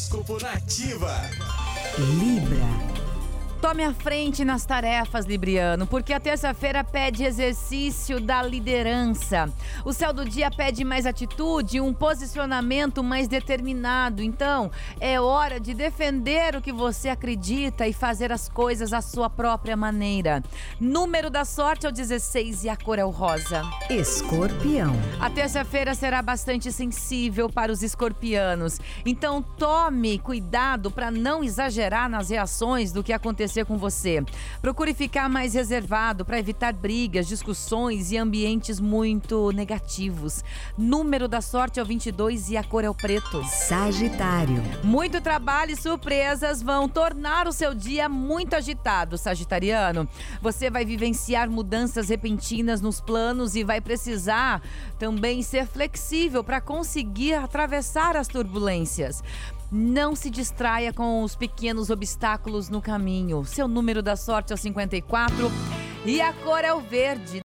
Horóscopo Nativa. Libra. Tome a frente nas tarefas, libriano, porque a terça-feira pede exercício da liderança. O céu do dia pede mais atitude, um posicionamento mais determinado. Então, é hora de defender o que você acredita e fazer as coisas à sua própria maneira. Número da sorte é o 16 e a cor é o rosa. Escorpião. A terça-feira será bastante sensível para os escorpianos. Então, tome cuidado para não exagerar nas reações do que aconteceu com você. Procure ficar mais reservado para evitar brigas, discussões e ambientes muito negativos. Número da sorte é o 22 e a cor é o preto. Sagitário. Muito trabalho e surpresas vão tornar o seu dia muito agitado, sagitariano. Você vai vivenciar mudanças repentinas nos planos e vai precisar também ser flexível para conseguir atravessar as turbulências. Não se distraia com os pequenos obstáculos no caminho. Seu número da sorte é o 54 e a cor é o verde.